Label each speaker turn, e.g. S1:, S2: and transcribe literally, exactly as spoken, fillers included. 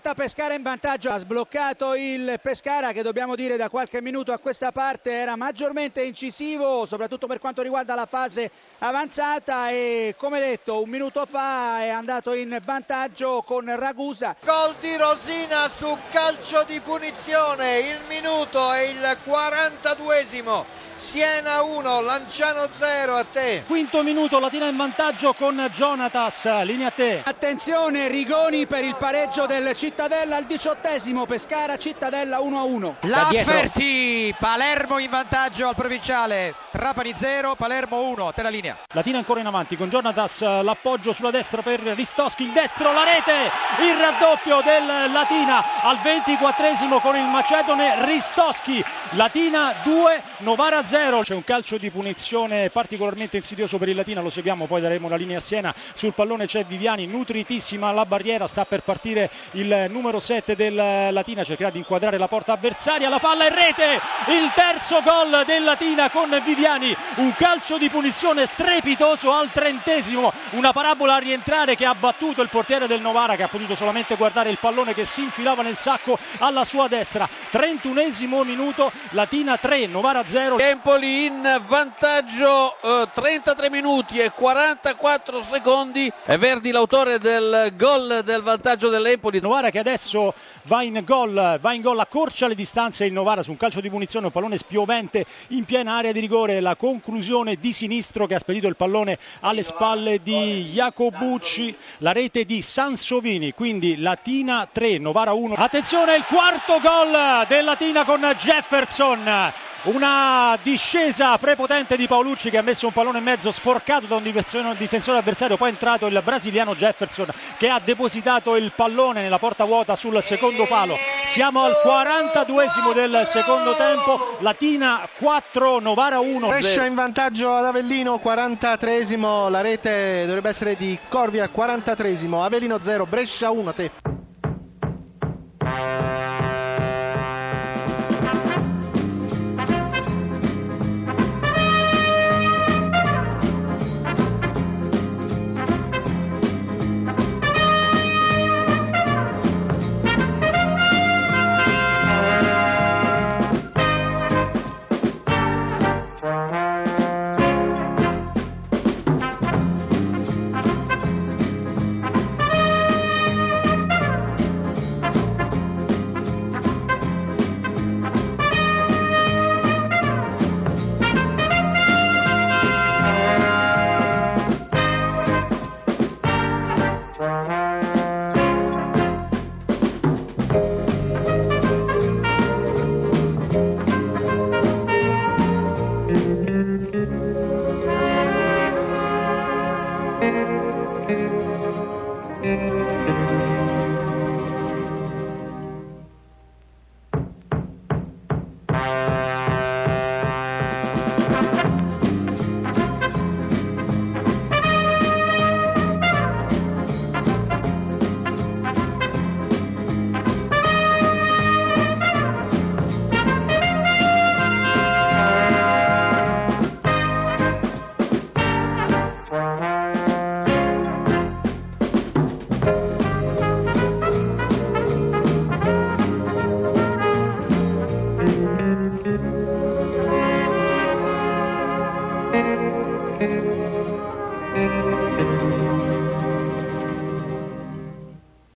S1: metta Pescara in vantaggio. Ha sbloccato il Pescara, che dobbiamo dire da qualche minuto a questa parte era maggiormente incisivo, soprattutto per quanto riguarda la fase avanzata, e come detto un minuto fa è andato in vantaggio con Ragusa.
S2: Gol di Rosina su calcio di punizione, il minuto è il quarantaduesimo. Siena uno, Lanciano zero. A te.
S3: Quinto minuto, Latina in vantaggio con Jonatas, linea a te.
S1: Attenzione, Rigoni per il pareggio del Cittadella al diciottesimo. Pescara Cittadella uno a uno.
S4: Lafferti, Palermo in vantaggio al provinciale, Trapani zero, Palermo uno. A te la linea.
S3: Latina ancora in avanti con Jonatas, l'appoggio sulla destra per Ristoschi, il destro, la rete, il raddoppio del Latina al ventiquattresimo con il macedone Ristoschi. Latina due, Novara zero. C'è un calcio di punizione particolarmente insidioso per il Latina, lo seguiamo, poi daremo la linea a Siena. Sul pallone c'è Viviani, nutritissima la barriera, sta per partire il numero sette del Latina, cercherà di inquadrare la porta avversaria, la palla in rete, il terzo gol del Latina con Viviani, un calcio di punizione strepitoso al trentesimo, una parabola a rientrare che ha battuto il portiere del Novara, che ha potuto solamente guardare il pallone che si infilava nel sacco alla sua destra. trentunesimo minuto, Latina tre, Novara zero.
S5: Empoli in vantaggio, eh, trentatré minuti e quarantaquattro secondi. È Verdi l'autore del gol del vantaggio dell'Empoli.
S3: Novara che adesso va in gol, va in gol, accorcia le distanze il Novara su un calcio di punizione, un pallone spiovente in piena area di rigore, la conclusione di sinistro che ha spedito il pallone alle spalle di Jacobucci, la rete di Sansovini, quindi Latina tre, Novara uno. Attenzione, il quarto gol del Latina con Jefferson. Una discesa prepotente di Paolucci che ha messo un pallone in mezzo sporcato da un difensore avversario, poi è entrato il brasiliano Jefferson che ha depositato il pallone nella porta vuota sul secondo palo. Siamo al quarantaduesimo del secondo tempo, Latina quattro, Novara uno.
S6: Brescia in vantaggio ad Avellino, quarantatreesimo, la rete dovrebbe essere di Corvia, quarantatreesimo, Avellino zero, Brescia uno. A te.
S7: Thank you.